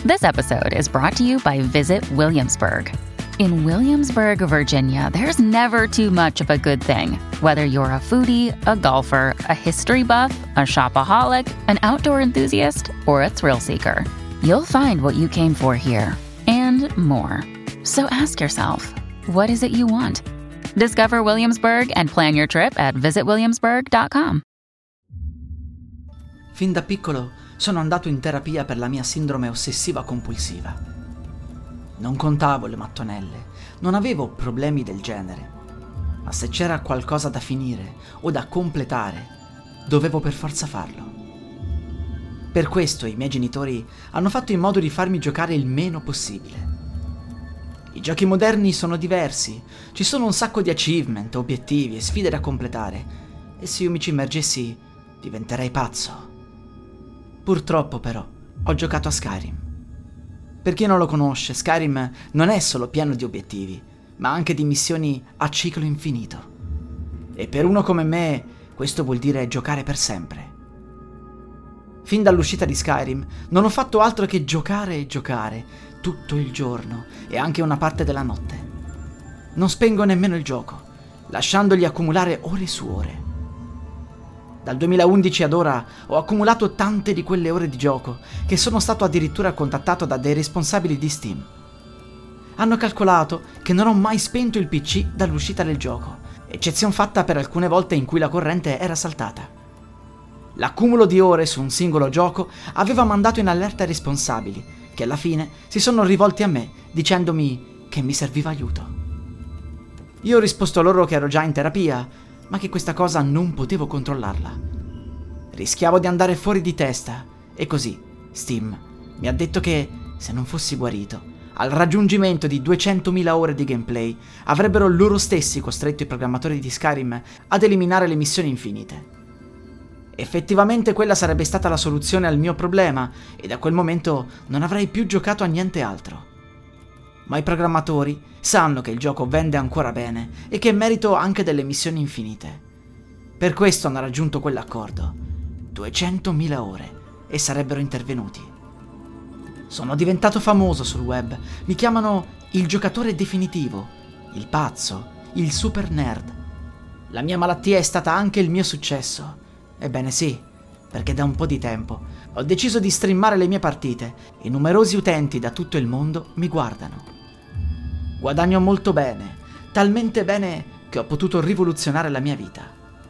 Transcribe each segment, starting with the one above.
This episode is brought to you by Visit Williamsburg. In Williamsburg, Virginia, there's never too much of a good thing. Whether you're a foodie, a golfer, a history buff, a shopaholic, an outdoor enthusiast, or a thrill seeker, you'll find what you came for here and more. So ask yourself, what is it you want? Discover Williamsburg and plan your trip at visitwilliamsburg.com. Fin da piccolo sono andato in terapia per la mia sindrome ossessiva compulsiva. Non contavo le mattonelle, non avevo problemi del genere, ma se c'era qualcosa da finire o da completare, dovevo per forza farlo. Per questo i miei genitori hanno fatto in modo di farmi giocare il meno possibile. I giochi moderni sono diversi, ci sono un sacco di achievement, obiettivi e sfide da completare, e se io mi ci immergessi diventerei pazzo. Purtroppo però ho giocato a Skyrim. Per chi non lo conosce, Skyrim non è solo pieno di obiettivi, ma anche di missioni a ciclo infinito. E per uno come me, questo vuol dire giocare per sempre. Fin dall'uscita di Skyrim non ho fatto altro che giocare e giocare, tutto il giorno e anche una parte della notte. Non spengo nemmeno il gioco, lasciandogli accumulare ore su ore. Dal 2011 ad ora ho accumulato tante di quelle ore di gioco che sono stato addirittura contattato da dei responsabili di Steam. Hanno calcolato che non ho mai spento il PC dall'uscita del gioco, eccezion fatta per alcune volte in cui la corrente era saltata. L'accumulo di ore su un singolo gioco aveva mandato in allerta i responsabili, che alla fine si sono rivolti a me dicendomi che mi serviva aiuto. Io ho risposto loro che ero già in terapia, ma che questa cosa non potevo controllarla. Rischiavo di andare fuori di testa e così Steam mi ha detto che, se non fossi guarito, al raggiungimento di 200.000 ore di gameplay avrebbero loro stessi costretto i programmatori di Skyrim ad eliminare le missioni infinite. Effettivamente quella sarebbe stata la soluzione al mio problema e da quel momento non avrei più giocato a niente altro. Ma i programmatori sanno che il gioco vende ancora bene e che merito anche delle missioni infinite. Per questo hanno raggiunto quell'accordo. 200.000 ore e sarebbero intervenuti. Sono diventato famoso sul web, mi chiamano il giocatore definitivo, il pazzo, il super nerd. La mia malattia è stata anche il mio successo. Ebbene sì, perché da un po' di tempo ho deciso di streamare le mie partite e numerosi utenti da tutto il mondo mi guardano. Guadagno molto bene, talmente bene che ho potuto rivoluzionare la mia vita.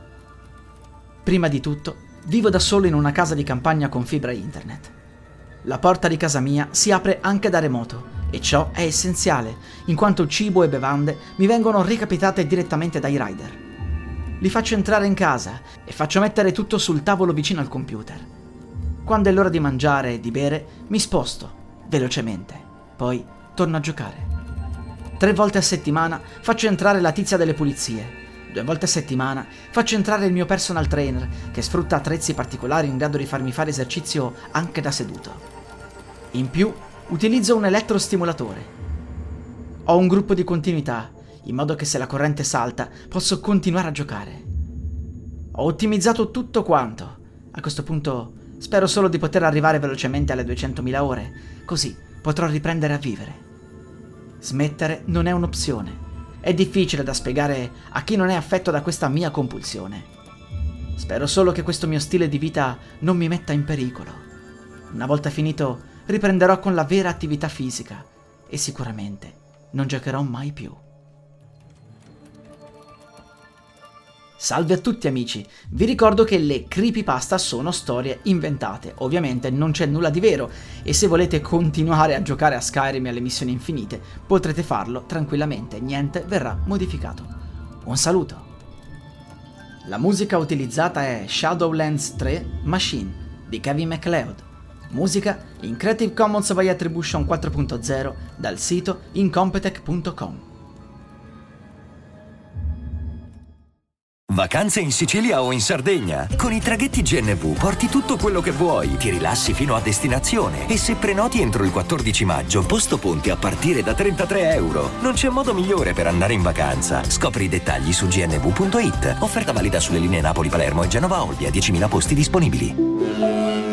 Prima di tutto, vivo da solo in una casa di campagna con fibra internet. La porta di casa mia si apre anche da remoto e ciò è essenziale, in quanto cibo e bevande mi vengono recapitate direttamente dai rider. Li faccio entrare in casa e faccio mettere tutto sul tavolo vicino al computer. Quando è l'ora di mangiare e di bere, mi sposto, velocemente, poi torno a giocare. 3 volte a settimana faccio entrare la tizia delle pulizie. 2 volte a settimana faccio entrare il mio personal trainer, che sfrutta attrezzi particolari in grado di farmi fare esercizio anche da seduto. In più, utilizzo un elettrostimolatore. Ho un gruppo di continuità, in modo che se la corrente salta posso continuare a giocare. Ho ottimizzato tutto quanto. A questo punto spero solo di poter arrivare velocemente alle 200.000 ore, così potrò riprendere a vivere. Smettere non è un'opzione. È difficile da spiegare a chi non è affetto da questa mia compulsione. Spero solo che questo mio stile di vita non mi metta in pericolo. Una volta finito, riprenderò con la vera attività fisica e sicuramente non giocherò mai più. Salve a tutti amici, vi ricordo che le creepypasta sono storie inventate, ovviamente non c'è nulla di vero e se volete continuare a giocare a Skyrim e alle missioni infinite potrete farlo tranquillamente, niente verrà modificato. Un saluto! La musica utilizzata è Shadowlands 3 Machine di Kevin MacLeod, musica in Creative Commons by Attribution 4.0 dal sito incompetech.com. Vacanze in Sicilia o in Sardegna? Con i traghetti GNV porti tutto quello che vuoi, ti rilassi fino a destinazione e se prenoti entro il 14 maggio, posto ponti a partire da €33. Non c'è modo migliore per andare in vacanza. Scopri i dettagli su gnv.it. Offerta valida sulle linee Napoli-Palermo e Genova-Olbia, 10.000 posti disponibili.